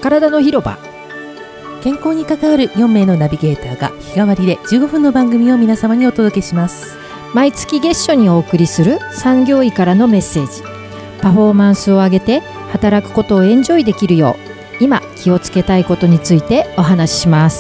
体の広場。 健康に関わる4名のナビゲーターが日替わりで15分の番組を皆様にお届けします。 毎月月初にお送りする産業医からのメッセージ。パフォーマンスを上げて働くことをエンジョイできるよう、今気をつけたいことについてお話しします。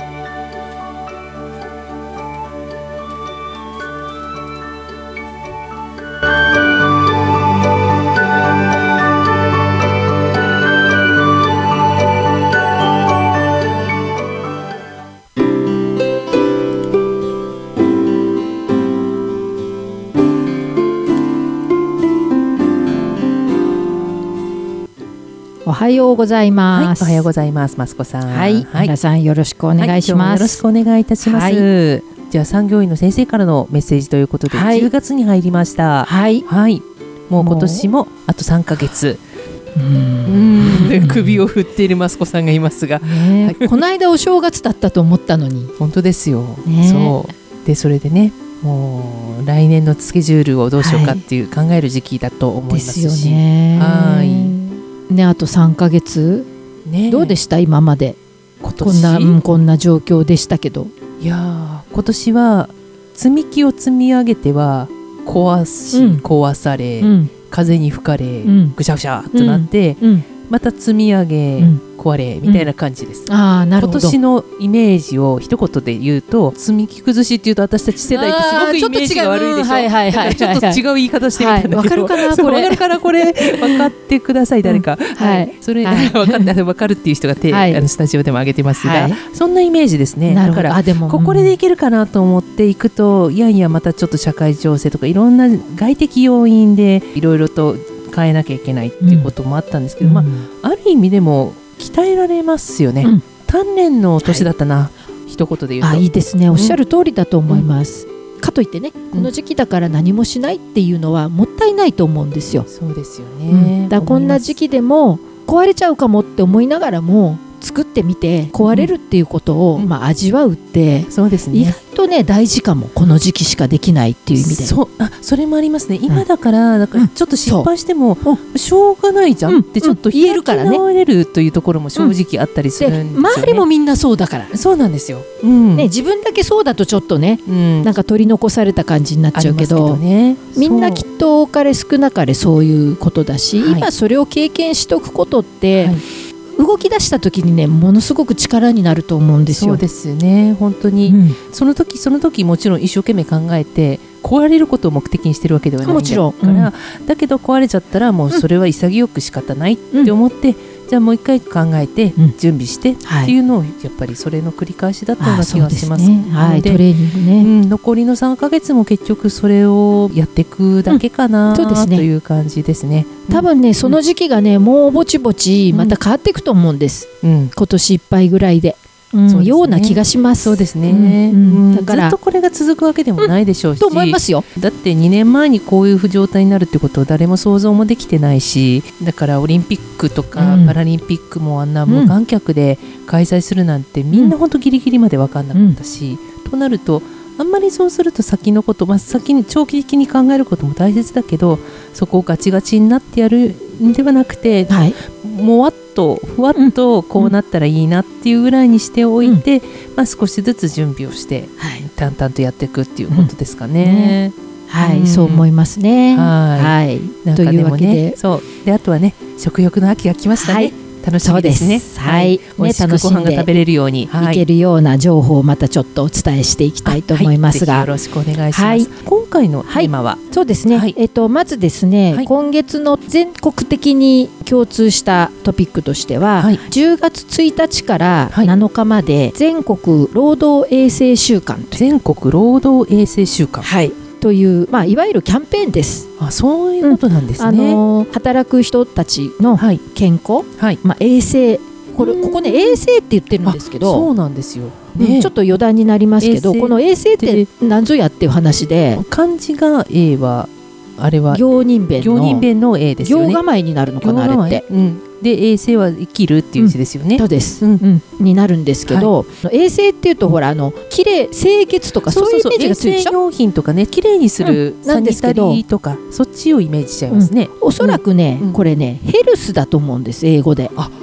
おはようございます。 はい、おはようございます。マスコさん。 はい、皆さんよろしくお願いします。 よろしくお願いいたします。じゃあ産業医の先生からのメッセージということで、10月に入りました。はい。もう今年もあと3ヶ月。で首を振っているマスコさんがいますが、 この間お正月だったと思ったのに。 本当ですよ。そうで、それでね、もう来年のスケジュールをどうしようかっていう考える時期だと思いますし、 ですよね。ね、あと3ヶ月、どうでした今まで。今年こんな状況でしたけど、 いや今年は積み木を積み上げては壊され、風に吹かれ、ぐしゃぐしゃっとなって、また積み上げ、壊れみたいな感じです。 なるほど。 今年のイメージを一言で言うと、積み木崩しっていうと私たち世代ってすごくイメージが悪いでしょ。だからちょっと違う言い方してみたんだけど、 わかるかなこれ。 わかるからこれ分かってください誰か。それ分かるっていう人が手スタジオでも挙げてますが、そんなイメージですね。だからこれでいけるかなと思っていくと、いやいやまたちょっと社会情勢とかいろんな外的要因でいろいろと変えなきゃいけないっていうこともあったんですけど、ある意味でも鍛えられますよね。鍛錬の年だったな、一言で言うと。 いいですね、おっしゃる通りだと思います。かといってね、この時期だから何もしないっていうのはもったいないと思うんですよ。 そうですよね。 だこんな時期でも壊れちゃうかもって思いながらも作ってみて壊れるっていうことを、味わうって、 そうですね、 意外とね大事かも。この時期しかできないっていう意味で。 それもありますね。今だからちょっと失敗してもしょうがないじゃんってちょっと言えるからね。 直れるというところも正直あったりするんですよね。 周りもみんなそうだから。 そうなんですよ。 自分だけそうだとちょっとね、なんか取り残された感じになっちゃうけど、みんなきっと多かれ少なかれそういうことだし、今それを経験しておくことって、動き出した時にね、ものすごく力になると思うんですよ。 そうですね、本当に、その時もちろん一生懸命考えて壊れることを目的にしてるわけではないんだから、だけど壊れちゃったらもうそれは潔く仕方ないって思って、じゃあもう一回考えて準備してっていうのを、やっぱりそれの繰り返しだったような気がします。 トレーニングね、 残りの3ヶ月も結局それをやっていくだけかな、という感じですね。 多分ね、その時期がね、もうぼちぼちまた変わっていくと思うんです。今年いっぱいぐらいで。ような気がします。 そうですね。だからずっとこれが続くわけでもないでしょうし、 と思いますよ。 だって2年前にこういう状態になるってことを誰も想像もできてないし、だからオリンピックとかパラリンピックもあんな無観客で開催するなんて、みんな本当ギリギリまで分かんなかったし、となるとあんまりそうすると先のこと、先に長期的に考えることも大切だけど、そこをガチガチになってやるんではなくて、もわっとふわっとこうなったらいいなっていうぐらいにしておいて、少しずつ準備をして淡々とやっていくっていうことですかね。 そう思いますね。 というわけで、あとはね、食欲の秋が来ましたね。楽しみですね。美味しくご飯が食べれるようにいけるような情報をまたちょっとお伝えしていきたいと思いますが、 よろしくお願いします。今回のテーマは、 そうですね、まずですね、今月の全国的に共通したトピックとしては、10月1日から7日まで全国労働衛生週間全国労働衛生週間という、いわゆるキャンペーンです。 そういうことなんですね。 働く人たちの健康、衛生、ここね、衛生って言ってるんですけど、 そうなんですよ、 ちょっと余談になりますけど、この衛生って何ぞやっていう話で、 漢字が A はあれは行人弁の A ですよね。 行構えになるのかな、あれって。 で衛生は生きるっていう字ですよね。 そうです、になるんですけど、衛生っていうとほら綺麗清潔とかそういうイメージが強いでしょ。 衛生用品とかね、綺麗にするサニタリーとか、そっちをイメージしちゃいますね。 おそらくね、これねヘルスだと思うんです、英語で。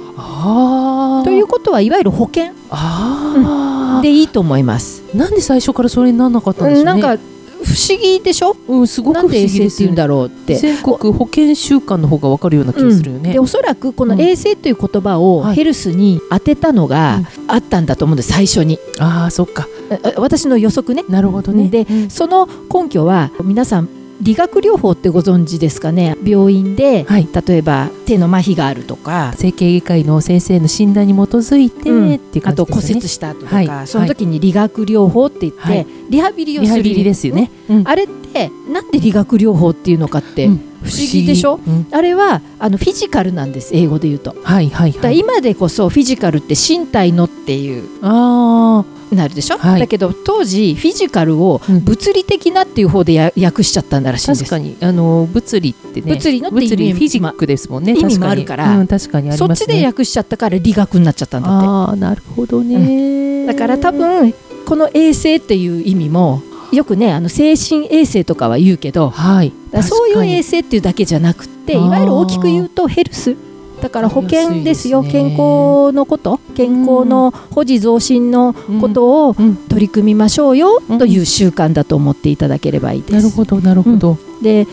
ということはいわゆる保険でいいと思います。 なんで最初からそれにならなかったんでしょうね。 なんか不思議でしょ、 すごく不思議ですよね。なんで衛生って言うんだろうって。全国保健週間の方が分かるような気がするよね。 でおそらくこの衛生という言葉をヘルスに当てたのがあったんだと思うんです、最初に。 そっか。 私の予測ね。 なるほどね。 で、その根拠は皆さん理学療法ってご存知ですかね。病院で、例えば手の麻痺があるとか、 整形外科医の先生の診断に基づいて、っていう感じですね。 あと骨折した後とか、その時に理学療法って言って、リハビリをする。 リハビリですよね。 あれってなんで理学療法っていうのかって不思議でしょ。あれはフィジカルなんです、英語で言うと。だ今でこそフィジカルって身体のっていうなるでしょ、だけど当時フィジカルを物理的なっていう方で訳しちゃったんだらしいんです。 確かに物理ってね、物理のって意味フィジックですもんね。 意味もあるから、 確かにありますね。 そっちで訳しちゃったから理学になっちゃったんだって。 なるほどね。 だから多分この衛生っていう意味もよくね、精神衛生とかは言うけど、そういう衛生っていうだけじゃなくて、いわゆる大きく言うとヘルスだから保険ですよ。健康のこと、健康の保持増進のことを取り組みましょうよという習慣だと思っていただければいいです。 なるほどなるほど。 で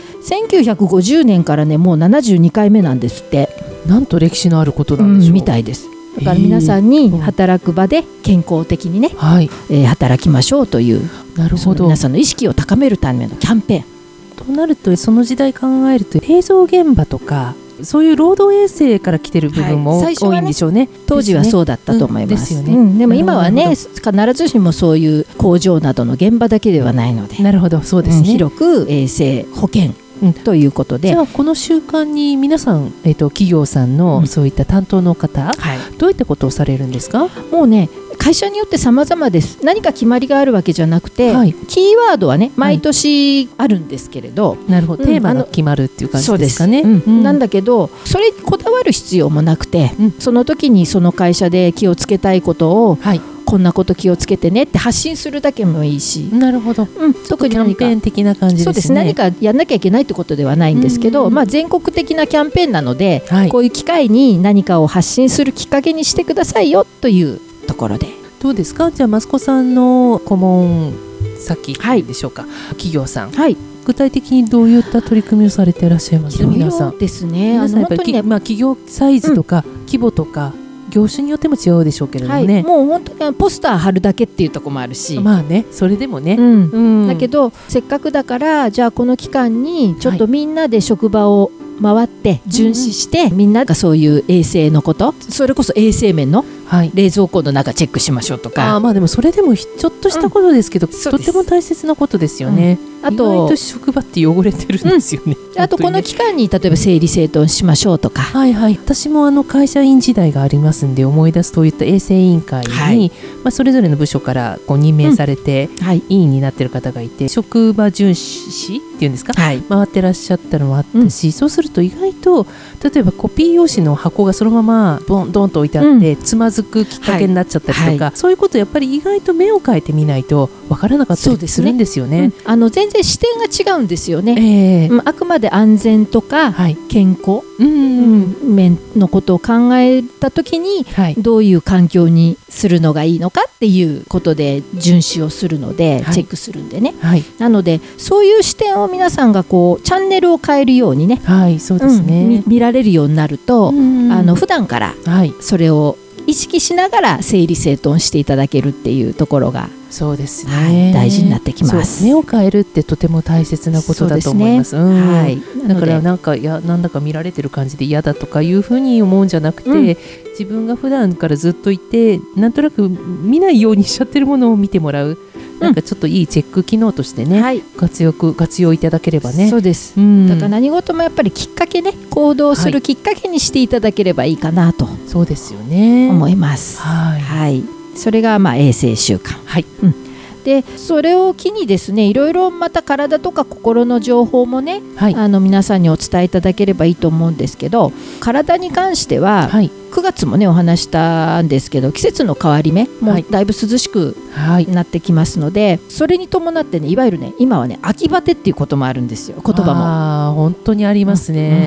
1950年からね、もう72回目なんですって。 なんと歴史のあることなんでしょう。 みたいです。だから皆さんに働く場で健康的にね、働きましょうという、 なるほど、 皆さんの意識を高めるためのキャンペーンとなると、その時代考えると映像現場とかそういう労働衛生から来てる部分も多いんでしょうね。 当時はそうだったと思います。でも今はね、必ずしもそういう工場などの現場だけではないので。 なるほど、そうですね。 広く衛生保険ということで、 じゃあこの習慣に皆さん、企業さんのそういった担当の方、どういったことをされるんですか？ もうね、会社によって様々です。何か決まりがあるわけじゃなくて、キーワードはね毎年あるんですけれど、 なるほど、テーマが決まるっていう感じですかね。 なんだけど、それにこだわる必要もなくて、その時にその会社で気をつけたいことを、こんなこと気をつけてねって発信するだけもいいし。 なるほど、特にキャンペーン的な感じですね。 そうです。何かやんなきゃいけないってことではないんですけど、全国的なキャンペーンなので、こういう機会に何かを発信するきっかけにしてくださいよというところで。 どうですか？じゃあ益子さんの顧問先でしょうか、企業さん、具体的にどういった取り組みをされていらっしゃいますか？皆さんですね。 やっぱり企業サイズとか規模とか、業種によっても違うでしょうけれどもね、 もう本当にポスター貼るだけっていうところもあるし、 まあね、それでもね、 だけどせっかくだから、じゃあこの期間にちょっとみんなで職場を回って巡視して、みんながそういう衛生のこと、それこそ衛生面の冷蔵庫の中チェックしましょうとか。 でもそれでもちょっとしたことですけど、とても大切なことですよね。あと意外と職場って汚れてるんですよね。 あとこの期間に例えば整理整頓しましょうとか。 私も会社員時代がありますんで思い出すと、いった衛生委員会に、それぞれの部署から任命されて委員になっている方がいて、職場巡視っていうんですか、回ってらっしゃったのもあったし、そうすると意外と例えばコピー用紙の箱がそのままボンドンと置いてあって、つまずくきっかけになっちゃったりとか、そういうことやっぱり意外と目を変えてみないと分からなかったりするんですよね。 全然視点が違うんですよね。あくまで安全とか健康面のことを考えた時に、どういう環境にするのがいいのかっていうことで巡視をするので、チェックするんでね。なのでそういう視点を皆さんがこうチャンネルを変えるようにね、 そうですね、 見られるようになると、普段からそれを意識しながら整理整頓していただけるっていうところが、 そうですね、 大事になってきます。 目を変えるってとても大切なことだと思います。だからなんだか見られてる感じで嫌だとかいうふうに思うんじゃなくて、自分が普段からずっといてなんとなく見ないようにしちゃってるものを見てもらう、なんかちょっといいチェック機能としてね、活用いただければね。 そうです、だから何事もやっぱりきっかけね、行動するきっかけにしていただければいいかなと、 そうですよね、 思います。それが衛生習慣。でそれを機にですね、いろいろまた体とか心の情報もね、皆さんにお伝えいただければいいと思うんですけど、体に関しては、9月もねお話したんですけど、季節の変わり目もうだいぶ涼しくなってきますので、それに伴ってね、いわゆるね今はね秋バテっていうこともあるんですよ、言葉も。 本当にありますね。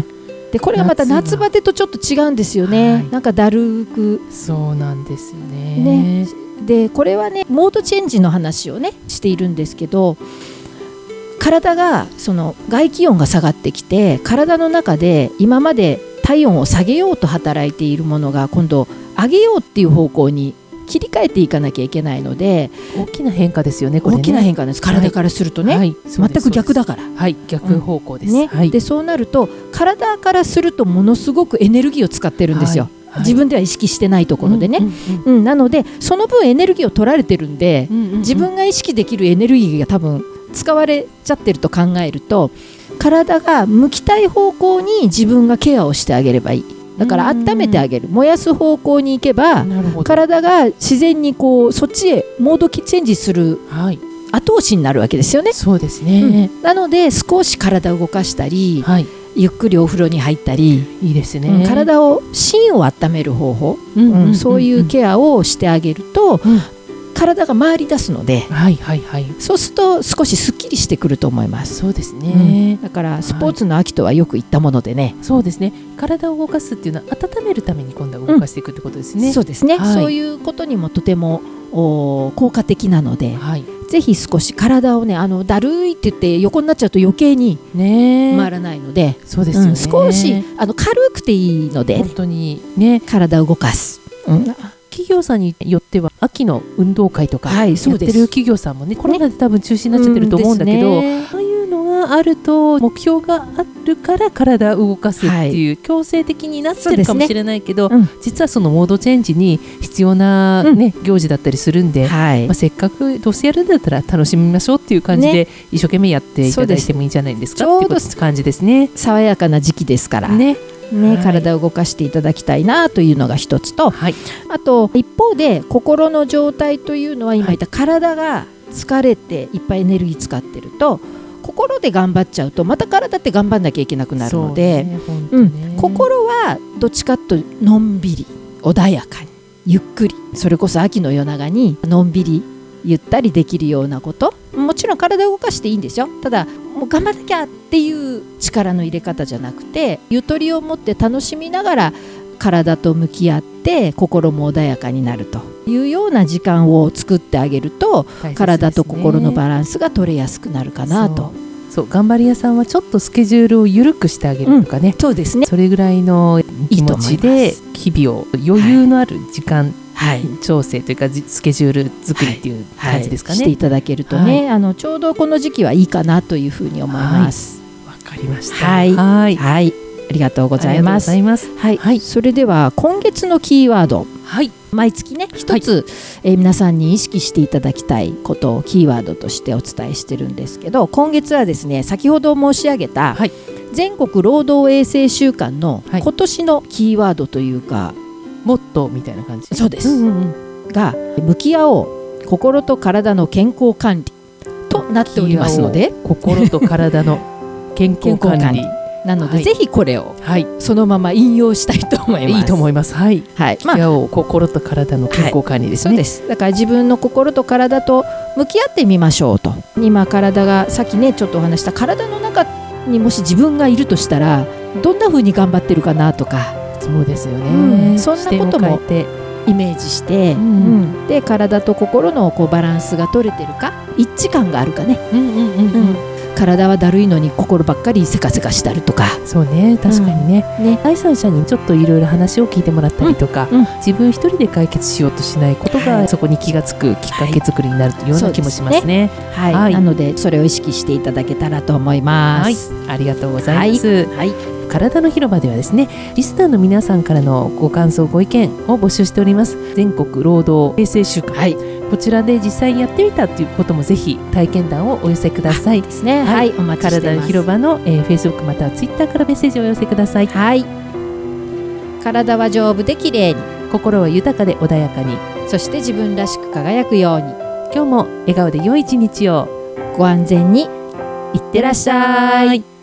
でこれがまた夏バテとちょっと違うんですよね、なんかだるく。 そうなんですよね。 でこれはねモードチェンジの話をねしているんですけど、体がその外気温が下がってきて体の中で今まで体温を下げようと働いているものが今度上げようっていう方向に切り替えていかなきゃいけないので、 大きな変化ですよね、これね。 大きな変化です、体からするとね、全く逆だから、 逆方向です、 でそうなると体からするとものすごくエネルギーを使ってるんですよ、自分では意識してないところでね、なのでその分エネルギーを取られてるんで、自分が意識できるエネルギーが多分使われちゃってると考えると、体が向きたい方向に自分がケアをしてあげればいい。だから温めてあげる、燃やす方向に行けば体が自然にこうそっちへモードチェンジする後押しになるわけですよね。 そうですね、 なので少し体を動かしたり、ゆっくりお風呂に入ったり、 いいですね、 体を芯を温める方法、そういうケアをしてあげると、体が回り出すので、そうすると少しすっきりしてくると思います。 そうですね、 だからスポーツの秋とはよく言ったものでね、 そうですね、体を動かすっていうのは温めるために今度は動かしていくってことですね、 そうですね、そういうことにもとても効果的なので、ぜひ少し体をねだるいって言って横になっちゃうと余計に回らないので、 そうですよね、 少し軽くていいので、 本当にね、 体を動かす、 企業さんによっては秋の運動会とかやってる企業さんもね、コロナで多分中止になっちゃってると思うんだけど、そういうのがあると目標があるから体を動かすっていう、強制的になってるかもしれないけど、実はそのモードチェンジに必要な、行事だったりするんで、せっかくどうせやるんだったら楽しみましょうっていう感じで、一生懸命やっていただいてもいいんじゃないですかっていう感じですね。 爽やかな時期ですからね、体を動かしていただきたいなというのが一つと、あと一方で心の状態というのは今言った体が疲れていっぱいエネルギー使ってると、心で頑張っちゃうとまた体って頑張んなきゃいけなくなるので、心はどっちかとのんびり穏やかにゆっくり、それこそ秋の夜長にのんびりゆったりできるようなこと、もちろん体を動かしていいんですよ。ただもう頑張らなきゃっていう力の入れ方じゃなくて、ゆとりを持って楽しみながら体と向き合って心も穏やかになるというような時間を作ってあげると、体と心のバランスが取れやすくなるかなと。 そう頑張り屋さんはちょっとスケジュールを緩くしてあげるとかね、 そうですね、 それぐらいの気持ちで日々を余裕のある時間、調整というかスケジュール作りっていう感じですかね、 していただけるとね、ちょうどこの時期はいいかなというふうに思います。 わかりました。 ありがとうございます。それでは今月のキーワード、毎月ね一つ、皆さんに意識していただきたいことをキーワードとしてお伝えしてるんですけど、今月はですね、先ほど申し上げた、全国労働衛生週間の今年のキーワードというか、 モットーみたいな感じ、 そうです、が向き合おう心と体の健康管理となっておりますので、 心と体の健康管理なので、ぜひこれをそのまま引用したいと思います。 いいと思います。心と体の健康管理ですね。 そうです。だから自分の心と体と向き合ってみましょうと。今体がさっきねちょっとお話した体の中にもし自分がいるとしたらどんな風に頑張ってるかなとか、 そうですよね、 そんなこともイメージして、で体と心のバランスが取れてるか、一致感があるかね。体はだるいのに心ばっかりせかせかしたるとか、 そうね、確かにね、第三者にちょっといろいろ話を聞いてもらったりとか、自分一人で解決しようとしないことが、そこに気がつくきっかけ作りになるというような気もしますね。 なのでそれを意識していただけたらと思います。 ありがとうございます。体の広場ではですね、リスナーの皆さんからのご感想ご意見を募集しております。全国労働衛生週間、こちらで実際にやってみたということもぜひ体験談をお寄せください。 ですね。お待ちしています。 体の広場の、Facebook または Twitter からメッセージをお寄せください。 体は丈夫で綺麗に、 心は豊かで穏やかに、 そして自分らしく輝くように、 今日も笑顔で良い一日を。 ご安全にいってらっしゃい。